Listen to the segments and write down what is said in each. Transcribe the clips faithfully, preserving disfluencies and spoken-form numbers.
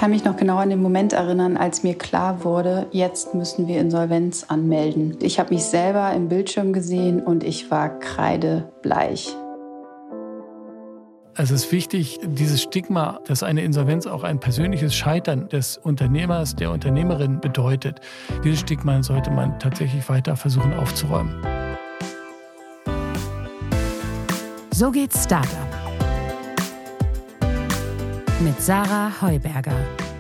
Ich kann mich noch genau an den Moment erinnern, als mir klar wurde, jetzt müssen wir Insolvenz anmelden. Ich habe mich selber im Bildschirm gesehen und ich war kreidebleich. Also es ist wichtig, dieses Stigma, dass eine Insolvenz auch ein persönliches Scheitern des Unternehmers, der Unternehmerin bedeutet, dieses Stigma sollte man tatsächlich weiter versuchen aufzuräumen. So geht's Startup. Mit Sarah Heuberger.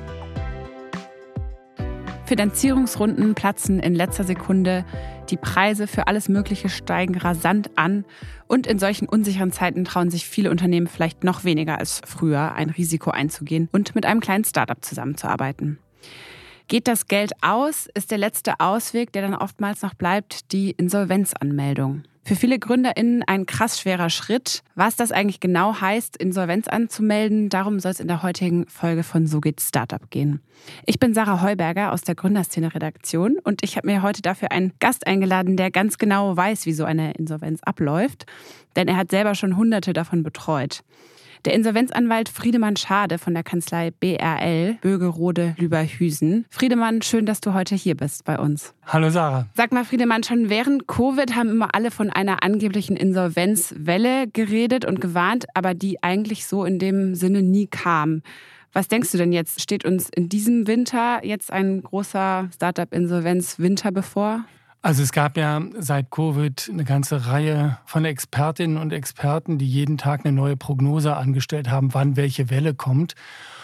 Finanzierungsrunden platzen in letzter Sekunde, die Preise für alles Mögliche steigen rasant an und in solchen unsicheren Zeiten trauen sich viele Unternehmen vielleicht noch weniger als früher, ein Risiko einzugehen und mit einem kleinen Startup zusammenzuarbeiten. Geht das Geld aus, ist der letzte Ausweg, der dann oftmals noch bleibt, die Insolvenzanmeldung. Für viele GründerInnen ein krass schwerer Schritt. Was das eigentlich genau heißt, Insolvenz anzumelden, darum soll es in der heutigen Folge von So geht's Startup gehen. Ich bin Sarah Heuberger aus der Gründerszene-Redaktion und ich habe mir heute dafür einen Gast eingeladen, der ganz genau weiß, wie so eine Insolvenz abläuft. Denn er hat selber schon Hunderte davon betreut. Der Insolvenzanwalt Friedemann Schade von der Kanzlei B R L, Bögerode Lüberhüsen. Friedemann, schön, dass du heute hier bist bei uns. Hallo Sarah. Sag mal Friedemann, schon während Covid haben immer alle von einer angeblichen Insolvenzwelle geredet und gewarnt, aber die eigentlich so in dem Sinne nie kam. Was denkst du denn jetzt? Steht uns in diesem Winter jetzt ein großer Startup-Insolvenz-Winter bevor? Also es gab ja seit Covid eine ganze Reihe von Expertinnen und Experten, die jeden Tag eine neue Prognose angestellt haben, wann welche Welle kommt.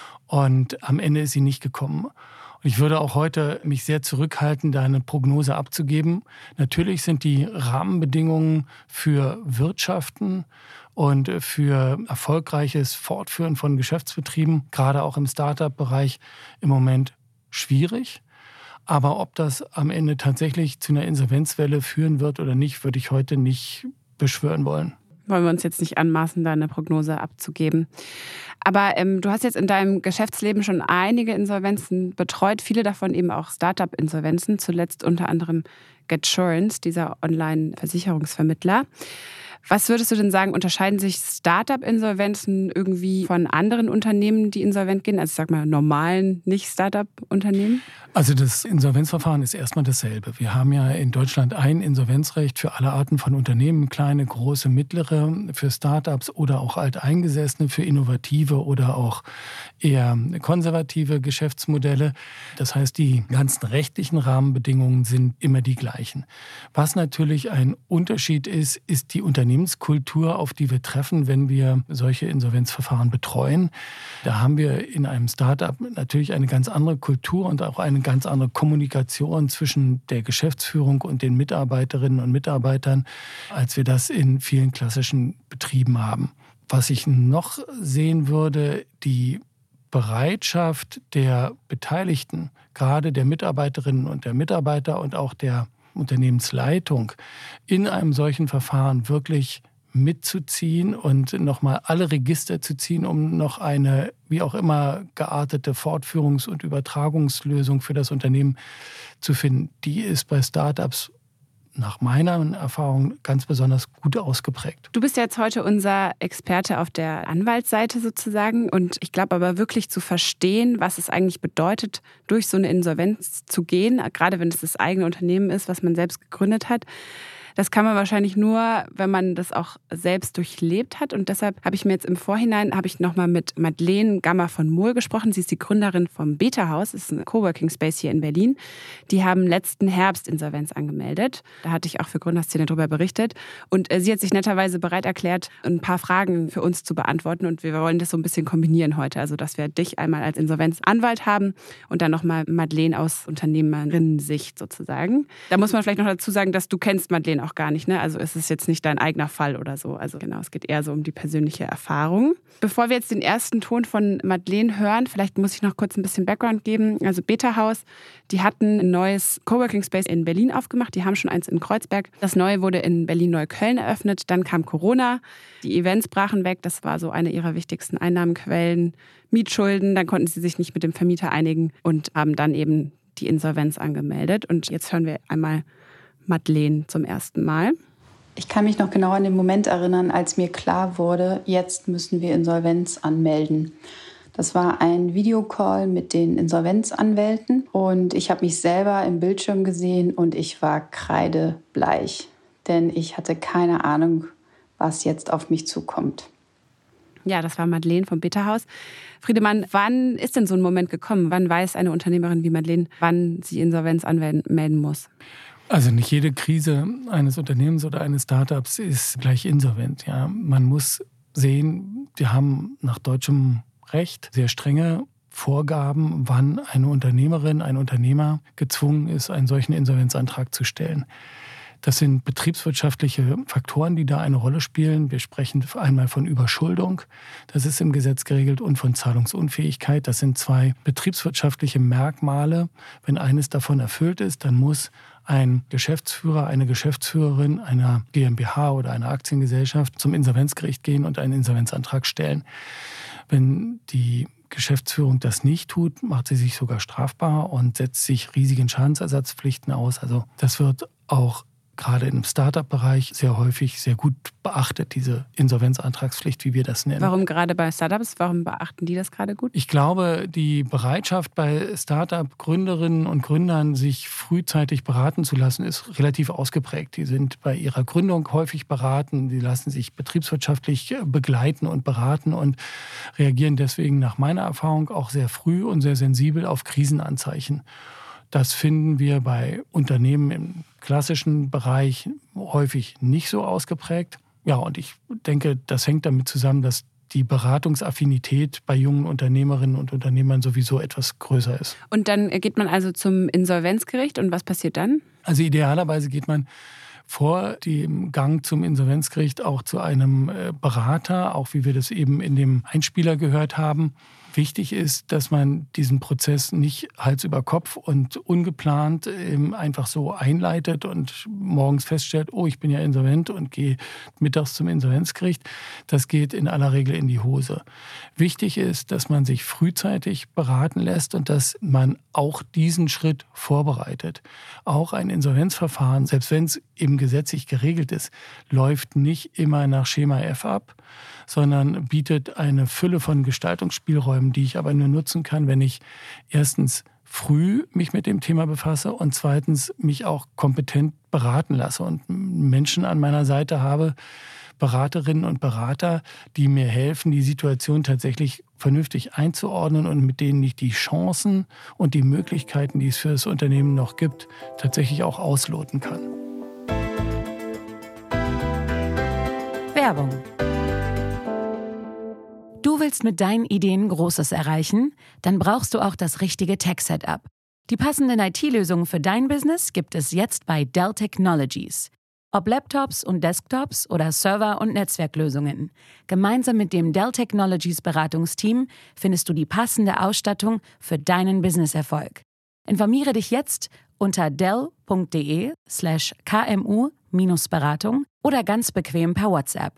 Und am Ende ist sie nicht gekommen. Und ich würde auch heute mich sehr zurückhalten, da eine Prognose abzugeben. Natürlich sind die Rahmenbedingungen für Wirtschaften und für erfolgreiches Fortführen von Geschäftsbetrieben, gerade auch im Start-up-Bereich, im Moment schwierig. Aber ob das am Ende tatsächlich zu einer Insolvenzwelle führen wird oder nicht, würde ich heute nicht beschwören wollen. Wollen wir uns jetzt nicht anmaßen, da eine Prognose abzugeben. Aber ähm, du hast jetzt in deinem Geschäftsleben schon einige Insolvenzen betreut, viele davon eben auch Startup-Insolvenzen, zuletzt unter anderem Getsurance, dieser Online-Versicherungsvermittler. Was würdest du denn sagen, unterscheiden sich Startup-Insolvenzen irgendwie von anderen Unternehmen, die insolvent gehen? Also ich sag mal normalen Nicht-Startup-Unternehmen? Also das Insolvenzverfahren ist erstmal dasselbe. Wir haben ja in Deutschland ein Insolvenzrecht für alle Arten von Unternehmen, kleine, große, mittlere, für Startups oder auch alteingesessene, für innovative oder auch eher konservative Geschäftsmodelle. Das heißt, die ganzen rechtlichen Rahmenbedingungen sind immer die gleichen. Was natürlich ein Unterschied ist, ist die Unternehmenskultur, auf die wir treffen, wenn wir solche Insolvenzverfahren betreuen. Da haben wir in einem Startup natürlich eine ganz andere Kultur und auch eine ganz andere Kommunikation zwischen der Geschäftsführung und den Mitarbeiterinnen und Mitarbeitern, als wir das in vielen klassischen Betrieben haben. Was ich noch sehen würde, die Bereitschaft der Beteiligten, gerade der Mitarbeiterinnen und der Mitarbeiter und auch der Unternehmensleitung, in einem solchen Verfahren wirklich mitzuziehen und nochmal alle Register zu ziehen, um noch eine, wie auch immer, geartete Fortführungs- und Übertragungslösung für das Unternehmen zu finden. Die ist bei Startups nach meiner Erfahrung ganz besonders gut ausgeprägt. Du bist ja jetzt heute unser Experte auf der Anwaltsseite sozusagen und ich glaube aber wirklich zu verstehen, was es eigentlich bedeutet, durch so eine Insolvenz zu gehen, gerade wenn es das eigene Unternehmen ist, was man selbst gegründet hat. Das kann man wahrscheinlich nur, wenn man das auch selbst durchlebt hat. Und deshalb habe ich mir jetzt im Vorhinein habe ich nochmal mit Madeleine Gammer von Mohl gesprochen. Sie ist die Gründerin vom Beta-Haus, das ist ein Coworking Space hier in Berlin. Die haben letzten Herbst Insolvenz angemeldet. Da hatte ich auch für Gründerszene darüber berichtet. Und sie hat sich netterweise bereit erklärt, ein paar Fragen für uns zu beantworten. Und wir wollen das so ein bisschen kombinieren heute. Also, dass wir dich einmal als Insolvenzanwalt haben und dann nochmal Madeleine aus Unternehmerinnen-Sicht sozusagen. Da muss man vielleicht noch dazu sagen, dass du kennst Madeleine auch gar nicht, ne? Also es ist jetzt nicht dein eigener Fall oder so. Also genau, es geht eher so um die persönliche Erfahrung. Bevor wir jetzt den ersten Ton von Madeleine hören, vielleicht muss ich noch kurz ein bisschen Background geben. Also Beta-Haus, die hatten ein neues Coworking Space in Berlin aufgemacht. Die haben schon eins in Kreuzberg. Das neue wurde in Berlin-Neukölln eröffnet. Dann kam Corona. Die Events brachen weg. Das war so eine ihrer wichtigsten Einnahmenquellen. Mietschulden. Dann konnten sie sich nicht mit dem Vermieter einigen und haben dann eben die Insolvenz angemeldet. Und jetzt hören wir einmal Madeleine zum ersten Mal. Ich kann mich noch genau an den Moment erinnern, als mir klar wurde, jetzt müssen wir Insolvenz anmelden. Das war ein Videocall mit den Insolvenzanwälten und ich habe mich selber im Bildschirm gesehen und ich war kreidebleich, denn ich hatte keine Ahnung, was jetzt auf mich zukommt. Ja, das war Madeleine vom Bitterhaus. Friedemann, wann ist denn so ein Moment gekommen? Wann weiß eine Unternehmerin wie Madeleine, wann sie Insolvenz anmelden muss? Also nicht jede Krise eines Unternehmens oder eines Startups ist gleich insolvent. Ja, man muss sehen, wir haben nach deutschem Recht sehr strenge Vorgaben, wann eine Unternehmerin, ein Unternehmer gezwungen ist, einen solchen Insolvenzantrag zu stellen. Das sind betriebswirtschaftliche Faktoren, die da eine Rolle spielen. Wir sprechen einmal von Überschuldung, das ist im Gesetz geregelt, und von Zahlungsunfähigkeit. Das sind zwei betriebswirtschaftliche Merkmale. Wenn eines davon erfüllt ist, dann muss ein Geschäftsführer, eine Geschäftsführerin einer GmbH oder einer Aktiengesellschaft zum Insolvenzgericht gehen und einen Insolvenzantrag stellen. Wenn die Geschäftsführung das nicht tut, macht sie sich sogar strafbar und setzt sich riesigen Schadensersatzpflichten aus. Also das wird auch gerade im Startup-Bereich sehr häufig sehr gut beachtet, diese Insolvenzantragspflicht, wie wir das nennen. Warum gerade bei Startups? Warum beachten die das gerade gut? Ich glaube, die Bereitschaft bei Startup-Gründerinnen und Gründern, sich frühzeitig beraten zu lassen, ist relativ ausgeprägt. Die sind bei ihrer Gründung häufig beraten, die lassen sich betriebswirtschaftlich begleiten und beraten und reagieren deswegen nach meiner Erfahrung auch sehr früh und sehr sensibel auf Krisenanzeichen. Das finden wir bei Unternehmen im klassischen Bereich häufig nicht so ausgeprägt. Ja, und ich denke, das hängt damit zusammen, dass die Beratungsaffinität bei jungen Unternehmerinnen und Unternehmern sowieso etwas größer ist. Und dann geht man also zum Insolvenzgericht und was passiert dann? Also idealerweise geht man vor dem Gang zum Insolvenzgericht auch zu einem Berater, auch wie wir das eben in dem Einspieler gehört haben. Wichtig ist, dass man diesen Prozess nicht Hals über Kopf und ungeplant einfach so einleitet und morgens feststellt, oh, ich bin ja insolvent und gehe mittags zum Insolvenzgericht. Das geht in aller Regel in die Hose. Wichtig ist, dass man sich frühzeitig beraten lässt und dass man auch diesen Schritt vorbereitet. Auch ein Insolvenzverfahren, selbst wenn es eben gesetzlich geregelt ist, läuft nicht immer nach Schema F ab, sondern bietet eine Fülle von Gestaltungsspielräumen, die ich aber nur nutzen kann, wenn ich erstens früh mich mit dem Thema befasse und zweitens mich auch kompetent beraten lasse und Menschen an meiner Seite habe, Beraterinnen und Berater, die mir helfen, die Situation tatsächlich vernünftig einzuordnen und mit denen ich die Chancen und die Möglichkeiten, die es für das Unternehmen noch gibt, tatsächlich auch ausloten kann. Werbung. Du willst mit deinen Ideen Großes erreichen? Dann brauchst du auch das richtige Tech-Setup. Die passenden I T-Lösungen für dein Business gibt es jetzt bei Dell Technologies. Ob Laptops und Desktops oder Server- und Netzwerklösungen. Gemeinsam mit dem Dell Technologies Beratungsteam findest du die passende Ausstattung für deinen Businesserfolg. Informiere dich jetzt unter dell.de slash kmu-beratung oder ganz bequem per WhatsApp.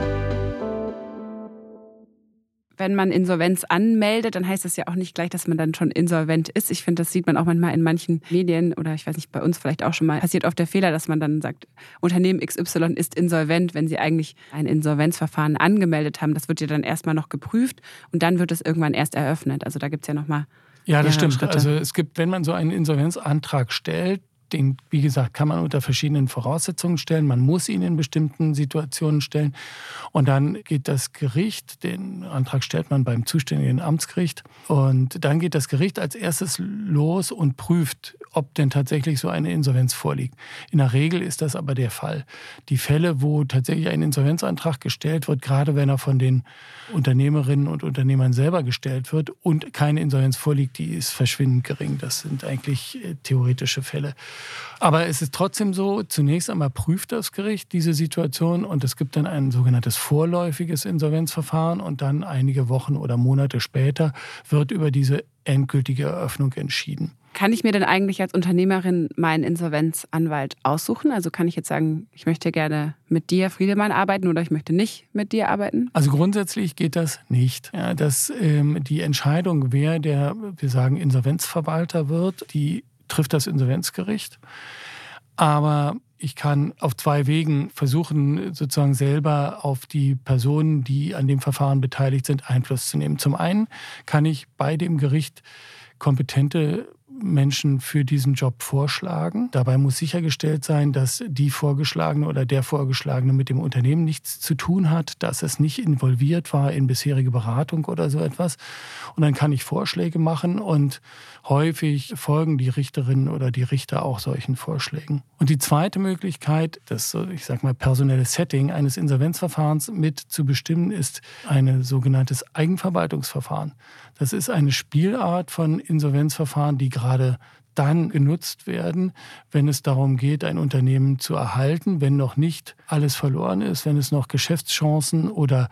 Wenn man Insolvenz anmeldet, dann heißt das ja auch nicht gleich, dass man dann schon insolvent ist. Ich finde, das sieht man auch manchmal in manchen Medien oder ich weiß nicht, bei uns vielleicht auch schon mal, passiert oft der Fehler, dass man dann sagt, Unternehmen X Y ist insolvent, wenn sie eigentlich ein Insolvenzverfahren angemeldet haben. Das wird ja dann erstmal noch geprüft und dann wird es irgendwann erst eröffnet. Also da gibt es ja nochmal Ja, das stimmt. Schritte. Also es gibt, wenn man so einen Insolvenzantrag stellt, den, wie gesagt, kann man unter verschiedenen Voraussetzungen stellen. Man muss ihn in bestimmten Situationen stellen. Und dann geht das Gericht, den Antrag stellt man beim zuständigen Amtsgericht. Und dann geht das Gericht als erstes los und prüft, ob denn tatsächlich so eine Insolvenz vorliegt. In der Regel ist das aber der Fall. Die Fälle, wo tatsächlich ein Insolvenzantrag gestellt wird, gerade wenn er von den Unternehmerinnen und Unternehmern selber gestellt wird und keine Insolvenz vorliegt, die ist verschwindend gering. Das sind eigentlich theoretische Fälle. Aber es ist trotzdem so, zunächst einmal prüft das Gericht diese Situation und es gibt dann ein sogenanntes vorläufiges Insolvenzverfahren und dann einige Wochen oder Monate später wird über diese endgültige Eröffnung entschieden. Kann ich mir denn eigentlich als Unternehmerin meinen Insolvenzanwalt aussuchen? Also kann ich jetzt sagen, ich möchte gerne mit dir, Friedemann, arbeiten oder ich möchte nicht mit dir arbeiten? Also grundsätzlich geht das nicht. Ja, dass ähm, die Entscheidung, wer der, wir sagen, Insolvenzverwalter wird, die trifft das Insolvenzgericht. Aber ich kann auf zwei Wegen versuchen, sozusagen selber auf die Personen, die an dem Verfahren beteiligt sind, Einfluss zu nehmen. Zum einen kann ich bei dem Gericht kompetente Menschen für diesen Job vorschlagen. Dabei muss sichergestellt sein, dass die Vorgeschlagene oder der Vorgeschlagene mit dem Unternehmen nichts zu tun hat, dass es nicht involviert war in bisherige Beratung oder so etwas. Und dann kann ich Vorschläge machen und häufig folgen die Richterinnen oder die Richter auch solchen Vorschlägen. Und die zweite Möglichkeit, das, ich sag mal, personelle Setting eines Insolvenzverfahrens mit zu bestimmen, ist ein sogenanntes Eigenverwaltungsverfahren. Das ist eine Spielart von Insolvenzverfahren, die gerade dann genutzt werden, wenn es darum geht, ein Unternehmen zu erhalten, wenn noch nicht alles verloren ist, wenn es noch Geschäftschancen oder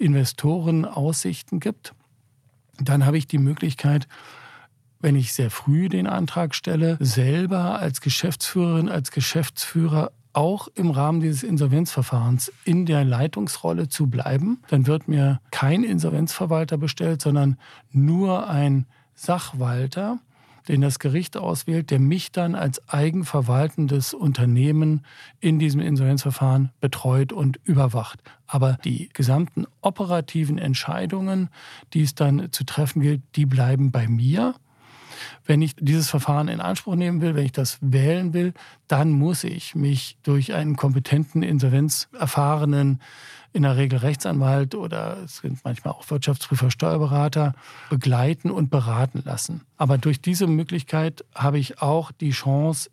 Investorenaussichten gibt. Dann habe ich die Möglichkeit, wenn ich sehr früh den Antrag stelle, selber als Geschäftsführerin, als Geschäftsführer auch im Rahmen dieses Insolvenzverfahrens in der Leitungsrolle zu bleiben. Dann wird mir kein Insolvenzverwalter bestellt, sondern nur ein Sachwalter, den das Gericht auswählt, der mich dann als eigenverwaltendes Unternehmen in diesem Insolvenzverfahren betreut und überwacht. Aber die gesamten operativen Entscheidungen, die es dann zu treffen gilt, die bleiben bei mir. Wenn ich dieses Verfahren in Anspruch nehmen will, wenn ich das wählen will, dann muss ich mich durch einen kompetenten, insolvenzerfahrenen, in der Regel Rechtsanwalt oder es sind manchmal auch Wirtschaftsprüfer, Steuerberater, begleiten und beraten lassen. Aber durch diese Möglichkeit habe ich auch die Chance,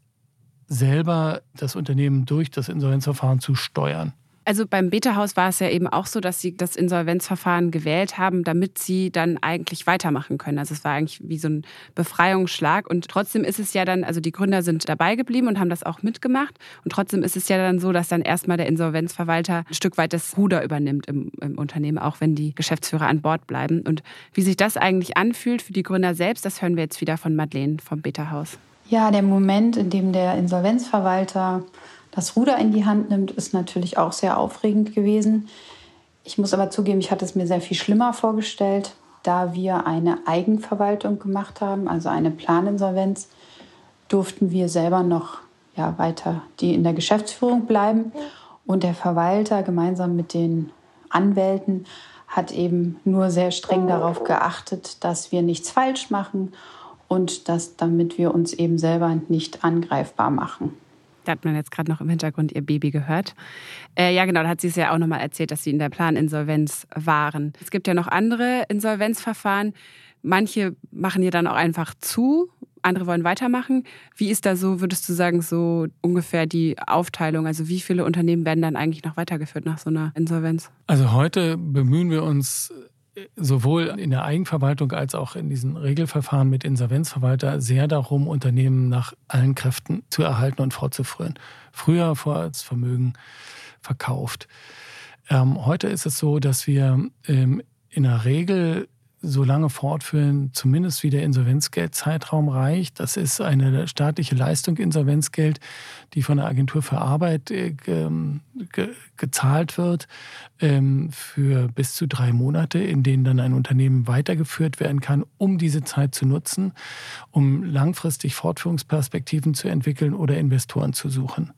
selber das Unternehmen durch das Insolvenzverfahren zu steuern. Also beim Beta-Haus war es ja eben auch so, dass Sie das Insolvenzverfahren gewählt haben, damit Sie dann eigentlich weitermachen können. Also es war eigentlich wie so ein Befreiungsschlag. Und trotzdem ist es ja dann, also die Gründer sind dabei geblieben und haben das auch mitgemacht. Und trotzdem ist es ja dann so, dass dann erstmal der Insolvenzverwalter ein Stück weit das Ruder übernimmt im, im Unternehmen, auch wenn die Geschäftsführer an Bord bleiben. Und wie sich das eigentlich anfühlt für die Gründer selbst, das hören wir jetzt wieder von Madeleine vom Beta-Haus. Ja, der Moment, in dem der Insolvenzverwalter das Ruder in die Hand nimmt, ist natürlich auch sehr aufregend gewesen. Ich muss aber zugeben, ich hatte es mir sehr viel schlimmer vorgestellt, da wir eine Eigenverwaltung gemacht haben, also eine Planinsolvenz, durften wir selber noch ja, weiter die in der Geschäftsführung bleiben. Und der Verwalter gemeinsam mit den Anwälten hat eben nur sehr streng darauf geachtet, dass wir nichts falsch machen und dass, damit wir uns eben selber nicht angreifbar machen. Da hat man jetzt gerade noch im Hintergrund ihr Baby gehört. Äh, ja, genau, da hat sie es ja auch nochmal erzählt, dass sie in der Planinsolvenz waren. Es gibt ja noch andere Insolvenzverfahren. Manche machen ja dann auch einfach zu, andere wollen weitermachen. Wie ist da so, würdest du sagen, so ungefähr die Aufteilung? Also wie viele Unternehmen werden dann eigentlich noch weitergeführt nach so einer Insolvenz? Also heute bemühen wir uns sowohl in der Eigenverwaltung als auch in diesen Regelverfahren mit Insolvenzverwalter sehr darum, Unternehmen nach allen Kräften zu erhalten und fortzuführen. Früher Vorratsvermögen verkauft. Ähm, heute ist es so, dass wir ähm, in der Regel so lange fortführen, zumindest wie der Insolvenzgeldzeitraum reicht. Das ist eine staatliche Leistung, Insolvenzgeld, die von der Agentur für Arbeit äh, ge, ge, gezahlt wird ähm, für bis zu drei Monate, in denen dann ein Unternehmen weitergeführt werden kann, um diese Zeit zu nutzen, um langfristig Fortführungsperspektiven zu entwickeln oder Investoren zu suchen.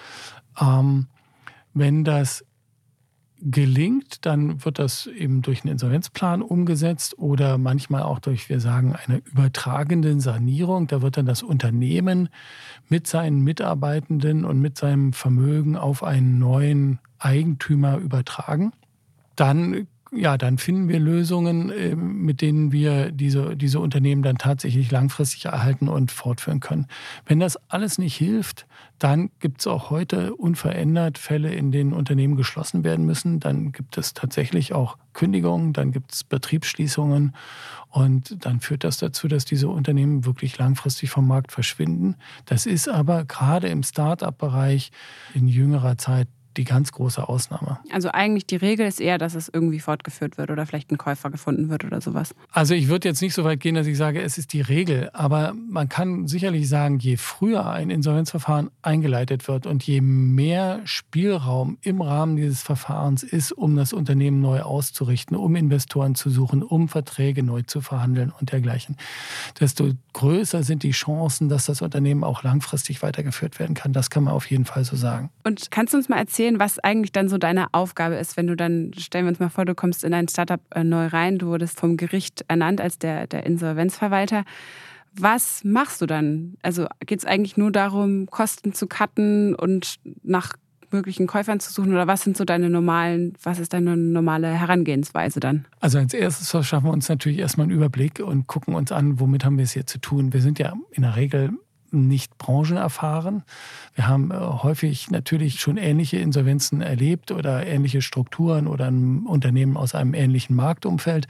Ähm, wenn das gelingt, dann wird das eben durch einen Insolvenzplan umgesetzt oder manchmal auch durch, wir sagen, eine übertragende Sanierung. Da wird dann das Unternehmen mit seinen Mitarbeitenden und mit seinem Vermögen auf einen neuen Eigentümer übertragen. Dann Ja, dann finden wir Lösungen, mit denen wir diese, diese Unternehmen dann tatsächlich langfristig erhalten und fortführen können. Wenn das alles nicht hilft, dann gibt es auch heute unverändert Fälle, in denen Unternehmen geschlossen werden müssen. Dann gibt es tatsächlich auch Kündigungen, dann gibt es Betriebsschließungen und dann führt das dazu, dass diese Unternehmen wirklich langfristig vom Markt verschwinden. Das ist aber gerade im Start-up-Bereich in jüngerer Zeit die ganz große Ausnahme. Also eigentlich die Regel ist eher, dass es irgendwie fortgeführt wird oder vielleicht ein Käufer gefunden wird oder sowas. Also ich würde jetzt nicht so weit gehen, dass ich sage, es ist die Regel. Aber man kann sicherlich sagen, je früher ein Insolvenzverfahren eingeleitet wird und je mehr Spielraum im Rahmen dieses Verfahrens ist, um das Unternehmen neu auszurichten, um Investoren zu suchen, um Verträge neu zu verhandeln und dergleichen, desto größer sind die Chancen, dass das Unternehmen auch langfristig weitergeführt werden kann. Das kann man auf jeden Fall so sagen. Und kannst du uns mal erzählen, was eigentlich dann so deine Aufgabe ist, wenn du dann, stellen wir uns mal vor, du kommst in ein Startup neu rein, du wurdest vom Gericht ernannt als der, der Insolvenzverwalter. Was machst du dann? Also geht es eigentlich nur darum, Kosten zu cutten und nach möglichen Käufern zu suchen, oder was sind so deine normalen, was ist deine normale Herangehensweise dann? Also als erstes verschaffen wir uns natürlich erstmal einen Überblick und gucken uns an, womit haben wir es hier zu tun. Wir sind ja in der Regel nicht branchenerfahren. Wir haben äh, häufig natürlich schon ähnliche Insolvenzen erlebt oder ähnliche Strukturen oder ein Unternehmen aus einem ähnlichen Marktumfeld.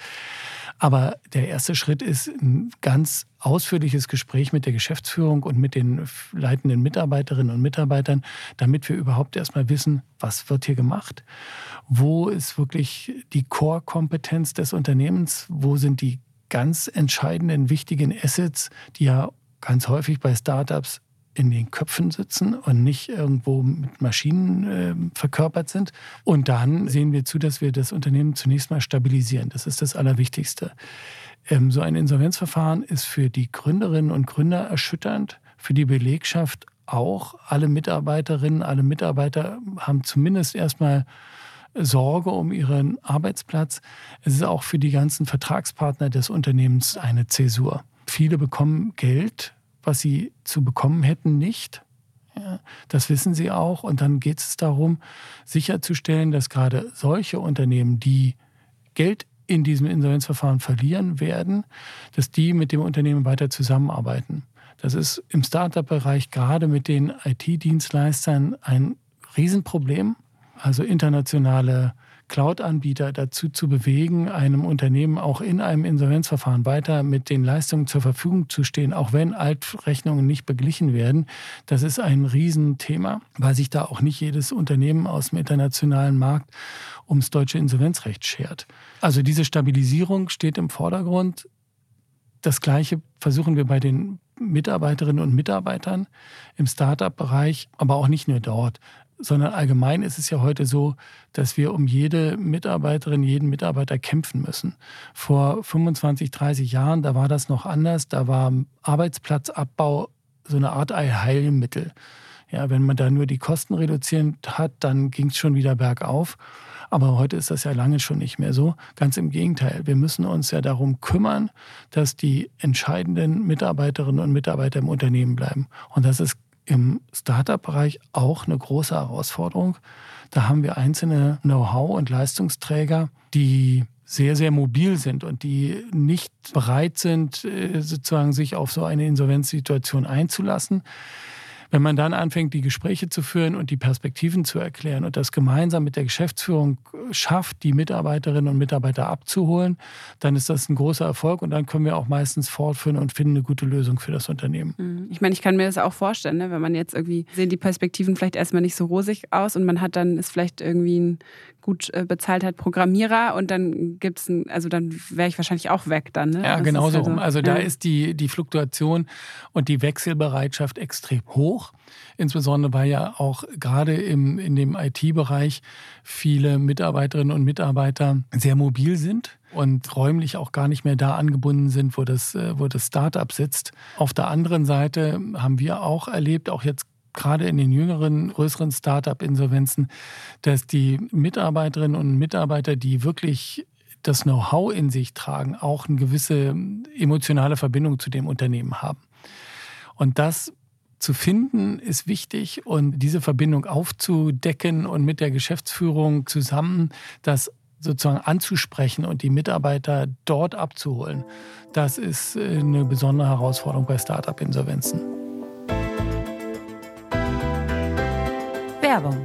Aber der erste Schritt ist ein ganz ausführliches Gespräch mit der Geschäftsführung und mit den leitenden Mitarbeiterinnen und Mitarbeitern, damit wir überhaupt erstmal wissen, was wird hier gemacht, wo ist wirklich die Core-Kompetenz des Unternehmens, wo sind die ganz entscheidenden, wichtigen Assets, die ja ganz häufig bei Startups in den Köpfen sitzen und nicht irgendwo mit Maschinen äh, verkörpert sind. Und dann sehen wir zu, dass wir das Unternehmen zunächst mal stabilisieren. Das ist das Allerwichtigste. Ähm, so ein Insolvenzverfahren ist für die Gründerinnen und Gründer erschütternd, für die Belegschaft auch. Alle Mitarbeiterinnen, alle Mitarbeiter haben zumindest erstmal Sorge um ihren Arbeitsplatz. Es ist auch für die ganzen Vertragspartner des Unternehmens eine Zäsur. Viele bekommen Geld, was sie zu bekommen hätten, nicht. Ja, das wissen sie auch. Und dann geht es darum, sicherzustellen, dass gerade solche Unternehmen, die Geld in diesem Insolvenzverfahren verlieren werden, dass die mit dem Unternehmen weiter zusammenarbeiten. Das ist im Start-up-Bereich gerade mit den I T-Dienstleistern ein Riesenproblem. Also internationale Cloud-Anbieter dazu zu bewegen, einem Unternehmen auch in einem Insolvenzverfahren weiter mit den Leistungen zur Verfügung zu stehen, auch wenn Altrechnungen nicht beglichen werden. Das ist ein Riesenthema, weil sich da auch nicht jedes Unternehmen aus dem internationalen Markt ums deutsche Insolvenzrecht schert. Also diese Stabilisierung steht im Vordergrund. Das Gleiche versuchen wir bei den Mitarbeiterinnen und Mitarbeitern im Start-up-Bereich, aber auch nicht nur dort, sondern allgemein ist es ja heute so, dass wir um jede Mitarbeiterin, jeden Mitarbeiter kämpfen müssen. Vor fünfundzwanzig, dreißig Jahren, da war das noch anders. Da war Arbeitsplatzabbau so eine Art Heilmittel. Ja, wenn man da nur die Kosten reduziert hat, dann ging es schon wieder bergauf. Aber heute ist das ja lange schon nicht mehr so. Ganz im Gegenteil. Wir müssen uns ja darum kümmern, dass die entscheidenden Mitarbeiterinnen und Mitarbeiter im Unternehmen bleiben. Und das ist im Startup-Bereich auch eine große Herausforderung. Da haben wir einzelne Know-how- und Leistungsträger, die sehr, sehr mobil sind und die nicht bereit sind, sozusagen sich auf so eine Insolvenzsituation einzulassen. Wenn man dann anfängt, die Gespräche zu führen und die Perspektiven zu erklären und das gemeinsam mit der Geschäftsführung schafft, die Mitarbeiterinnen und Mitarbeiter abzuholen, dann ist das ein großer Erfolg und dann können wir auch meistens fortführen und finden eine gute Lösung für das Unternehmen. Ich meine, ich kann mir das auch vorstellen, ne? Wenn man jetzt irgendwie, sehen die Perspektiven vielleicht erstmal nicht so rosig aus und man hat dann, ist vielleicht irgendwie ein gut bezahlter Programmierer und dann gibt's ein, also dann wäre ich wahrscheinlich auch weg dann. Ne? Ja, genau so. Also, also da ja. ist die, die Fluktuation und die Wechselbereitschaft extrem hoch. Insbesondere, weil ja auch gerade im, in dem I T-Bereich viele Mitarbeiterinnen und Mitarbeiter sehr mobil sind und räumlich auch gar nicht mehr da angebunden sind, wo das, wo das Start-up sitzt. Auf der anderen Seite haben wir auch erlebt, auch jetzt gerade in den jüngeren, größeren Start-up-Insolvenzen, dass die Mitarbeiterinnen und Mitarbeiter, die wirklich das Know-how in sich tragen, auch eine gewisse emotionale Verbindung zu dem Unternehmen haben. Und das zu finden ist wichtig und diese Verbindung aufzudecken und mit der Geschäftsführung zusammen das sozusagen anzusprechen und die Mitarbeiter dort abzuholen, das ist eine besondere Herausforderung bei Start-up-Insolvenzen. Werbung.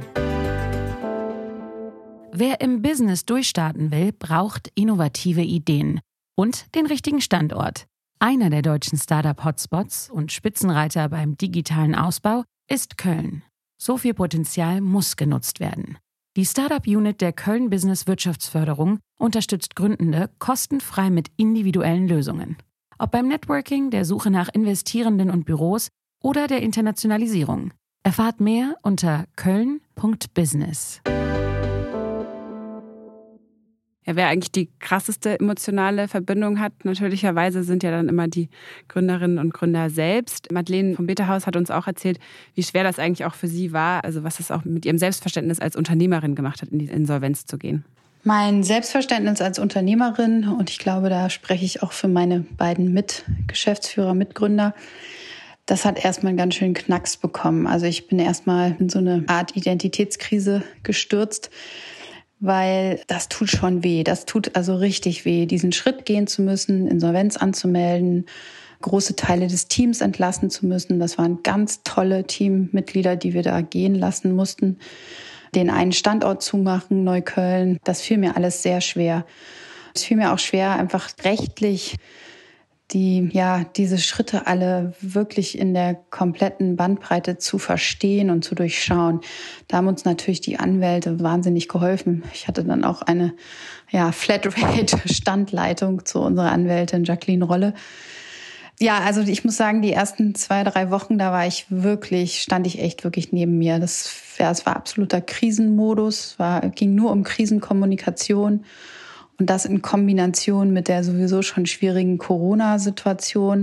Wer im Business durchstarten will, braucht innovative Ideen und den richtigen Standort. Einer der deutschen Startup-Hotspots und Spitzenreiter beim digitalen Ausbau ist Köln. So viel Potenzial muss genutzt werden. Die Startup-Unit der Köln Business Wirtschaftsförderung unterstützt Gründende kostenfrei mit individuellen Lösungen. Ob beim Networking, der Suche nach Investierenden und Büros oder der Internationalisierung. Erfahrt mehr unter köln punkt business. Ja, wer eigentlich die krasseste emotionale Verbindung hat, natürlicherweise sind ja dann immer die Gründerinnen und Gründer selbst. Madeleine vom Beta-Haus hat uns auch erzählt, wie schwer das eigentlich auch für sie war, also was es auch mit ihrem Selbstverständnis als Unternehmerin gemacht hat, in die Insolvenz zu gehen. Mein Selbstverständnis als Unternehmerin, und ich glaube, da spreche ich auch für meine beiden Mitgeschäftsführer, Mitgründer, das hat erstmal einen ganz schönen Knacks bekommen. Also ich bin erstmal in so eine Art Identitätskrise gestürzt, weil das tut schon weh. Das tut also richtig weh, diesen Schritt gehen zu müssen, Insolvenz anzumelden, große Teile des Teams entlassen zu müssen. Das waren ganz tolle Teammitglieder, die wir da gehen lassen mussten. Den einen Standort zumachen, Neukölln, das fiel mir alles sehr schwer. Es fiel mir auch schwer, einfach rechtlich die, ja, diese Schritte alle wirklich in der kompletten Bandbreite zu verstehen und zu durchschauen. Da haben uns natürlich die Anwälte wahnsinnig geholfen. Ich hatte dann auch eine, ja, Flatrate-Standleitung zu unserer Anwältin Jacqueline Rolle. Ja, also ich muss sagen, die ersten zwei, drei Wochen, da war ich wirklich, stand ich echt wirklich neben mir. Das, ja, es war absoluter Krisenmodus, war, ging nur um Krisenkommunikation. Und das in Kombination mit der sowieso schon schwierigen Corona-Situation,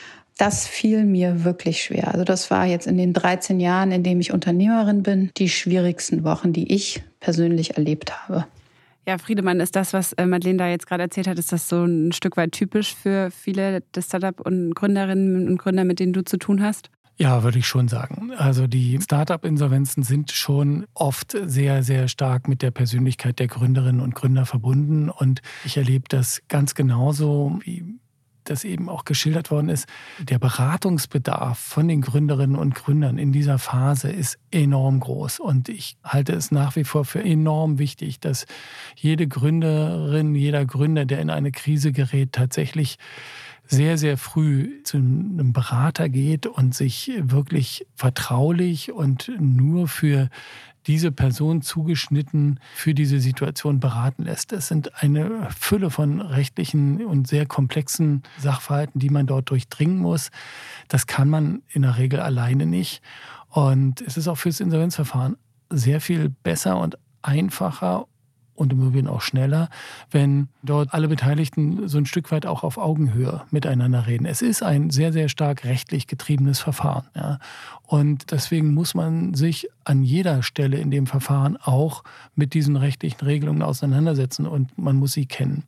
das fiel mir wirklich schwer. Also das war jetzt in den dreizehn Jahren, in denen ich Unternehmerin bin, die schwierigsten Wochen, die ich persönlich erlebt habe. Ja, Friedemann, ist das, was Madeleine da jetzt gerade erzählt hat, ist das so ein Stück weit typisch für viele der Startup- und Gründerinnen und Gründer, mit denen du zu tun hast? Ja, würde ich schon sagen. Also die Start-up-Insolvenzen sind schon oft sehr, sehr stark mit der Persönlichkeit der Gründerinnen und Gründer verbunden. Und ich erlebe das ganz genauso, wie das eben auch geschildert worden ist. Der Beratungsbedarf von den Gründerinnen und Gründern in dieser Phase ist enorm groß. Und ich halte es nach wie vor für enorm wichtig, dass jede Gründerin, jeder Gründer, der in eine Krise gerät, tatsächlich sehr, sehr früh zu einem Berater geht und sich wirklich vertraulich und nur für diese Person zugeschnitten für diese Situation beraten lässt. Es sind eine Fülle von rechtlichen und sehr komplexen Sachverhalten, die man dort durchdringen muss. Das kann man in der Regel alleine nicht. Und es ist auch fürs Insolvenzverfahren sehr viel besser und einfacher und im Übrigen auch schneller, wenn dort alle Beteiligten so ein Stück weit auch auf Augenhöhe miteinander reden. Es ist ein sehr, sehr stark rechtlich getriebenes Verfahren. Ja. Und deswegen muss man sich an jeder Stelle in dem Verfahren auch mit diesen rechtlichen Regelungen auseinandersetzen und man muss sie kennen.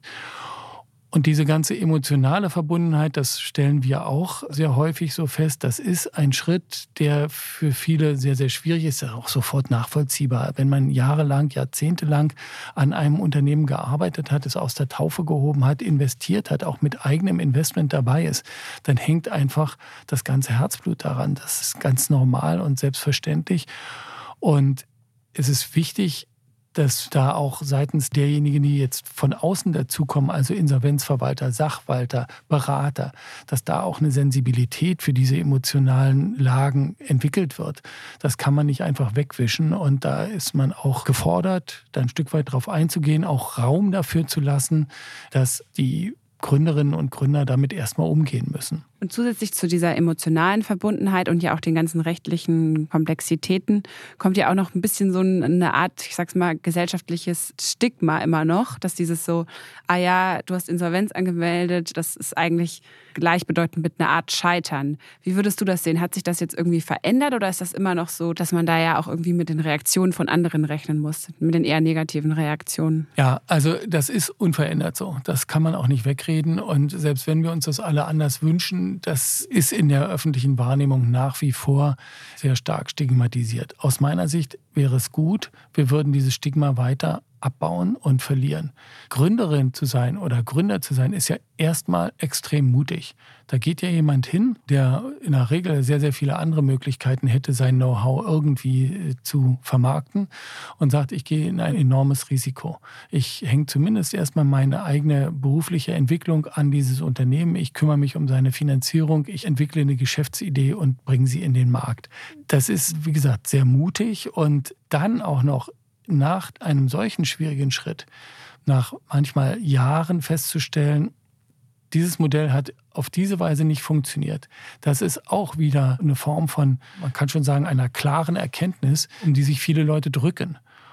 Und diese ganze emotionale Verbundenheit, das stellen wir auch sehr häufig so fest, das ist ein Schritt, der für viele sehr, sehr schwierig ist, auch sofort nachvollziehbar. Wenn man jahrelang, jahrzehntelang an einem Unternehmen gearbeitet hat, es aus der Taufe gehoben hat, investiert hat, auch mit eigenem Investment dabei ist, dann hängt einfach das ganze Herzblut daran. Das ist ganz normal und selbstverständlich. Und es ist wichtig, dass da auch seitens derjenigen, die jetzt von außen dazukommen, also Insolvenzverwalter, Sachwalter, Berater, dass da auch eine Sensibilität für diese emotionalen Lagen entwickelt wird. Das kann man nicht einfach wegwischen und da ist man auch gefordert, da ein Stück weit drauf einzugehen, auch Raum dafür zu lassen, dass die Gründerinnen und Gründer damit erstmal umgehen müssen. Und zusätzlich zu dieser emotionalen Verbundenheit und ja auch den ganzen rechtlichen Komplexitäten kommt ja auch noch ein bisschen so eine Art, ich sag's mal, gesellschaftliches Stigma immer noch, dass dieses so, ah ja, du hast Insolvenz angemeldet, das ist eigentlich gleichbedeutend mit einer Art Scheitern. Wie würdest du das sehen? Hat sich das jetzt irgendwie verändert oder ist das immer noch so, dass man da ja auch irgendwie mit den Reaktionen von anderen rechnen muss, mit den eher negativen Reaktionen? Ja, also das ist unverändert so. Das kann man auch nicht wegreden und selbst wenn wir uns das alle anders wünschen, das ist in der öffentlichen Wahrnehmung nach wie vor sehr stark stigmatisiert. Aus meiner Sicht wäre es gut, wir würden dieses Stigma weiter abbauen und verlieren. Gründerin zu sein oder Gründer zu sein, ist ja erstmal extrem mutig. Da geht ja jemand hin, der in der Regel sehr, sehr viele andere Möglichkeiten hätte, sein Know-how irgendwie zu vermarkten und sagt, ich gehe in ein enormes Risiko. Ich hänge zumindest erstmal meine eigene berufliche Entwicklung an dieses Unternehmen. Ich kümmere mich um seine Finanzierung. Ich entwickle eine Geschäftsidee und bringe sie in den Markt. Das ist, wie gesagt, sehr mutig und dann auch noch nach einem solchen schwierigen Schritt, nach manchmal Jahren festzustellen, dieses Modell hat auf diese Weise nicht funktioniert. Das ist auch wieder eine Form von, man kann schon sagen, einer klaren Erkenntnis, um die sich viele Leute drücken.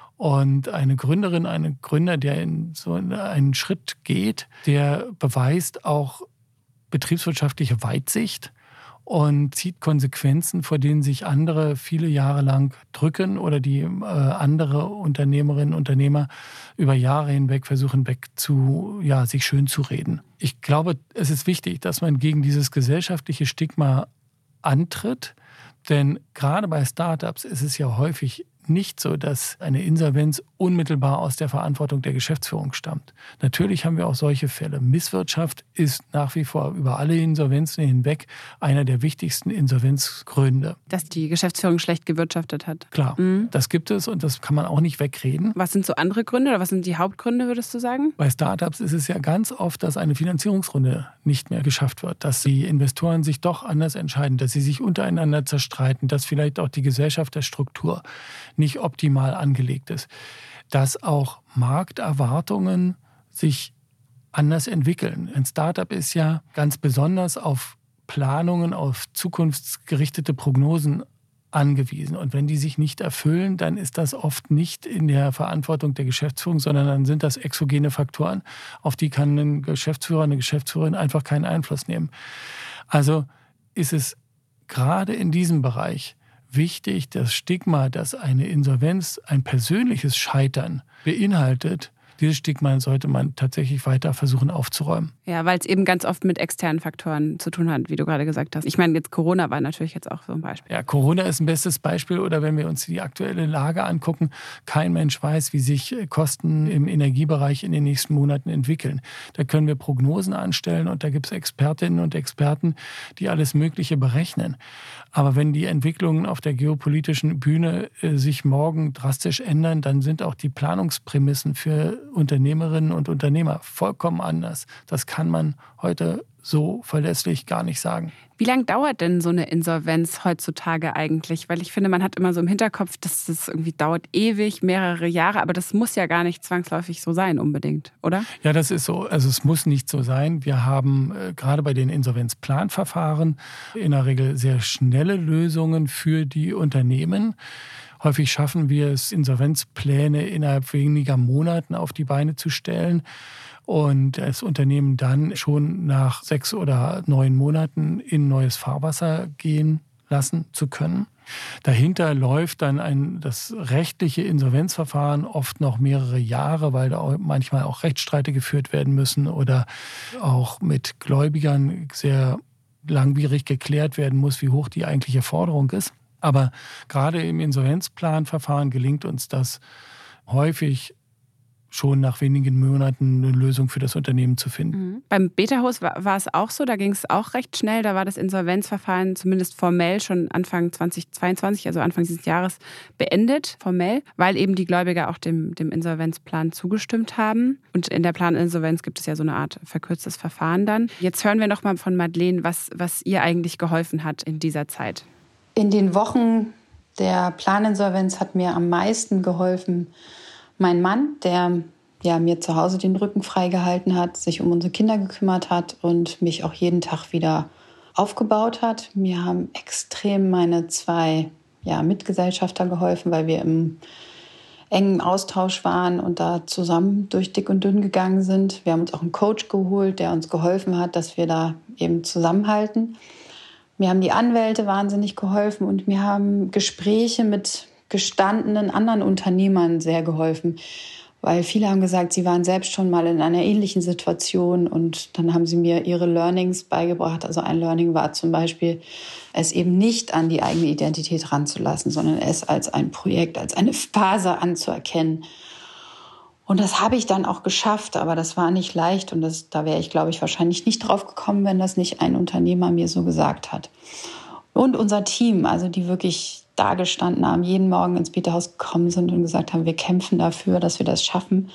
Und eine Gründerin, ein Gründer, der in so einen Schritt geht, der beweist auch betriebswirtschaftliche Weitsicht und zieht Konsequenzen, vor denen sich andere viele Jahre lang drücken oder die äh, andere Unternehmerinnen und Unternehmer über Jahre hinweg versuchen, weg zu, ja, sich schön zu reden. Ich glaube, es ist wichtig, dass man gegen dieses gesellschaftliche Stigma antritt, denn gerade bei Startups ist es ja häufig nicht so, dass eine Insolvenz unmittelbar aus der Verantwortung der Geschäftsführung stammt. Natürlich haben wir auch solche Fälle. Misswirtschaft ist nach wie vor über alle Insolvenzen hinweg einer der wichtigsten Insolvenzgründe. Dass die Geschäftsführung schlecht gewirtschaftet hat. Klar, mhm. Das gibt es und das kann man auch nicht wegreden. Was sind so andere Gründe oder was sind die Hauptgründe, würdest du sagen? Bei Startups ist es ja ganz oft, dass eine Finanzierungsrunde nicht mehr geschafft wird, dass die Investoren sich doch anders entscheiden, dass sie sich untereinander zerstreiten, dass vielleicht auch die Gesellschaft der Struktur nicht optimal angelegt ist, dass auch Markterwartungen sich anders entwickeln. Ein Startup ist ja ganz besonders auf Planungen, auf zukunftsgerichtete Prognosen angewiesen. Und wenn die sich nicht erfüllen, dann ist das oft nicht in der Verantwortung der Geschäftsführung, sondern dann sind das exogene Faktoren, auf die kann ein Geschäftsführer, eine Geschäftsführerin einfach keinen Einfluss nehmen. Also ist es gerade in diesem Bereich wichtig, das Stigma, dass eine Insolvenz ein persönliches Scheitern beinhaltet, dieses Stigma sollte man tatsächlich weiter versuchen aufzuräumen. Ja, weil es eben ganz oft mit externen Faktoren zu tun hat, wie du gerade gesagt hast. Ich meine, jetzt Corona war natürlich jetzt auch so ein Beispiel. Ja, Corona ist ein bestes Beispiel. Oder wenn wir uns die aktuelle Lage angucken, kein Mensch weiß, wie sich Kosten im Energiebereich in den nächsten Monaten entwickeln. Da können wir Prognosen anstellen und da gibt es Expertinnen und Experten, die alles Mögliche berechnen. Aber wenn die Entwicklungen auf der geopolitischen Bühne äh, sich morgen drastisch ändern, dann sind auch die Planungsprämissen für Unternehmerinnen und Unternehmer vollkommen anders. Das kann man heute so verlässlich gar nicht sagen. Wie lange dauert denn so eine Insolvenz heutzutage eigentlich? Weil ich finde, man hat immer so im Hinterkopf, dass das irgendwie dauert ewig, mehrere Jahre, aber das muss ja gar nicht zwangsläufig so sein unbedingt, oder? Ja, das ist so. Also es muss nicht so sein. Wir haben äh, gerade bei den Insolvenzplanverfahren in der Regel sehr schnelle Lösungen für die Unternehmen. Häufig schaffen wir es, Insolvenzpläne innerhalb weniger Monaten auf die Beine zu stellen und das Unternehmen dann schon nach sechs oder neun Monaten in neues Fahrwasser gehen lassen zu können. Dahinter läuft dann ein, das rechtliche Insolvenzverfahren oft noch mehrere Jahre, weil da auch manchmal auch Rechtsstreite geführt werden müssen oder auch mit Gläubigern sehr langwierig geklärt werden muss, wie hoch die eigentliche Forderung ist. Aber gerade im Insolvenzplanverfahren gelingt uns das häufig schon nach wenigen Monaten eine Lösung für das Unternehmen zu finden. Mhm. Beim Beta-Haus war, war es auch so, da ging es auch recht schnell. Da war das Insolvenzverfahren zumindest formell schon Anfang zweitausendzweiundzwanzig, also Anfang dieses Jahres, beendet, formell, weil eben die Gläubiger auch dem, dem Insolvenzplan zugestimmt haben. Und in der Planinsolvenz gibt es ja so eine Art verkürztes Verfahren dann. Jetzt hören wir noch mal von Madeleine, was, was ihr eigentlich geholfen hat in dieser Zeit. In den Wochen der Planinsolvenz hat mir am meisten geholfen mein Mann, der ja, mir zu Hause den Rücken freigehalten hat, sich um unsere Kinder gekümmert hat und mich auch jeden Tag wieder aufgebaut hat. Mir haben extrem meine zwei ja, Mitgesellschafter geholfen, weil wir im engen Austausch waren und da zusammen durch dick und dünn gegangen sind. Wir haben uns auch einen Coach geholt, der uns geholfen hat, dass wir da eben zusammenhalten. Mir haben die Anwälte wahnsinnig geholfen und mir haben Gespräche mit gestandenen anderen Unternehmern sehr geholfen, weil viele haben gesagt, sie waren selbst schon mal in einer ähnlichen Situation und dann haben sie mir ihre Learnings beigebracht. Also ein Learning war zum Beispiel, es eben nicht an die eigene Identität ranzulassen, sondern es als ein Projekt, als eine Phase anzuerkennen. Und das habe ich dann auch geschafft, aber das war nicht leicht und das, da wäre ich, glaube ich, wahrscheinlich nicht drauf gekommen, wenn das nicht ein Unternehmer mir so gesagt hat. Und unser Team, also die wirklich da gestanden haben, jeden Morgen ins Beta-Haus gekommen sind und gesagt haben, wir kämpfen dafür, dass wir das schaffen.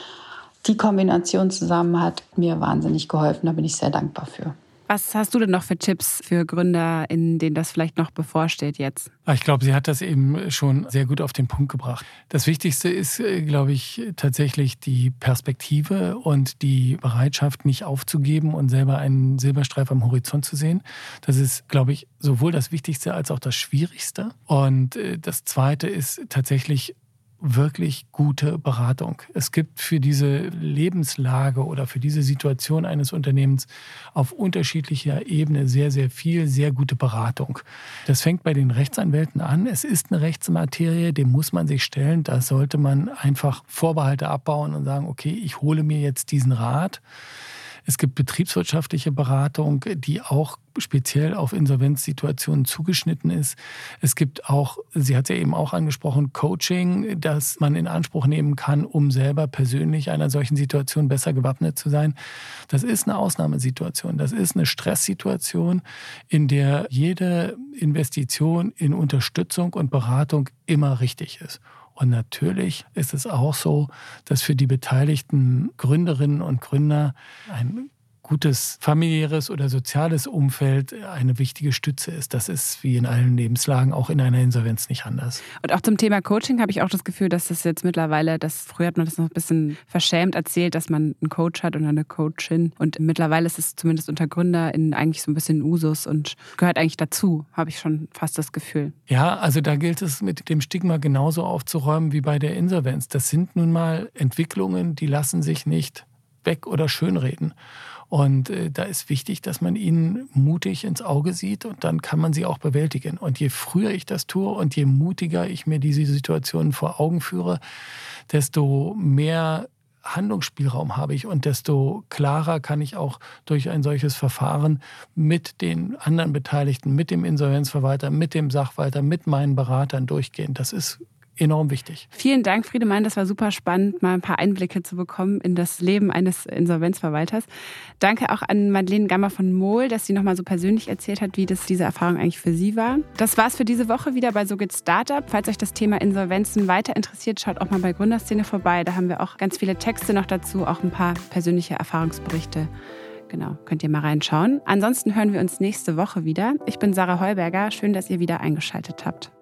Die Kombination zusammen hat mir wahnsinnig geholfen, da bin ich sehr dankbar für. Was hast du denn noch für Tipps für Gründer, in denen das vielleicht noch bevorsteht jetzt? Ich glaube, sie hat das eben schon sehr gut auf den Punkt gebracht. Das Wichtigste ist, glaube ich, tatsächlich die Perspektive und die Bereitschaft, nicht aufzugeben und selber einen Silberstreif am Horizont zu sehen. Das ist, glaube ich, sowohl das Wichtigste als auch das Schwierigste. Und das Zweite ist tatsächlich wirklich gute Beratung. Es gibt für diese Lebenslage oder für diese Situation eines Unternehmens auf unterschiedlicher Ebene sehr, sehr viel, sehr gute Beratung. Das fängt bei den Rechtsanwälten an. Es ist eine Rechtsmaterie, dem muss man sich stellen. Da sollte man einfach Vorbehalte abbauen und sagen, okay, ich hole mir jetzt diesen Rat. Es gibt betriebswirtschaftliche Beratung, die auch speziell auf Insolvenzsituationen zugeschnitten ist. Es gibt auch, sie hat es ja eben auch angesprochen, Coaching, das man in Anspruch nehmen kann, um selber persönlich einer solchen Situation besser gewappnet zu sein. Das ist eine Ausnahmesituation. Das ist eine Stresssituation, in der jede Investition in Unterstützung und Beratung immer richtig ist. Und natürlich ist es auch so, dass für die beteiligten Gründerinnen und Gründer ein gutes familiäres oder soziales Umfeld eine wichtige Stütze ist. Das ist wie in allen Lebenslagen auch in einer Insolvenz nicht anders. Und auch zum Thema Coaching habe ich auch das Gefühl, dass das jetzt mittlerweile, das, früher hat man das noch ein bisschen verschämt erzählt, dass man einen Coach hat und eine Coachin. Und mittlerweile ist es zumindest unter GründerInnen eigentlich so ein bisschen Usus und gehört eigentlich dazu, habe ich schon fast das Gefühl. Ja, also da gilt es mit dem Stigma genauso aufzuräumen wie bei der Insolvenz. Das sind nun mal Entwicklungen, die lassen sich nicht weg- oder schönreden. Und äh, da ist wichtig, dass man ihnen mutig ins Auge sieht und dann kann man sie auch bewältigen. Und je früher ich das tue und je mutiger ich mir diese Situationen vor Augen führe, desto mehr Handlungsspielraum habe ich und desto klarer kann ich auch durch ein solches Verfahren mit den anderen Beteiligten, mit dem Insolvenzverwalter, mit dem Sachwalter, mit meinen Beratern durchgehen. Das ist enorm wichtig. Vielen Dank, Friedemann. Das war super spannend, mal ein paar Einblicke zu bekommen in das Leben eines Insolvenzverwalters. Danke auch an Madeleine Gammer von Mohl, dass sie nochmal so persönlich erzählt hat, wie das diese Erfahrung eigentlich für sie war. Das war's für diese Woche wieder bei So geht Startup. Falls euch das Thema Insolvenzen weiter interessiert, schaut auch mal bei Gründerszene vorbei. Da haben wir auch ganz viele Texte noch dazu, auch ein paar persönliche Erfahrungsberichte. Genau, könnt ihr mal reinschauen. Ansonsten hören wir uns nächste Woche wieder. Ich bin Sarah Heuberger. Schön, dass ihr wieder eingeschaltet habt.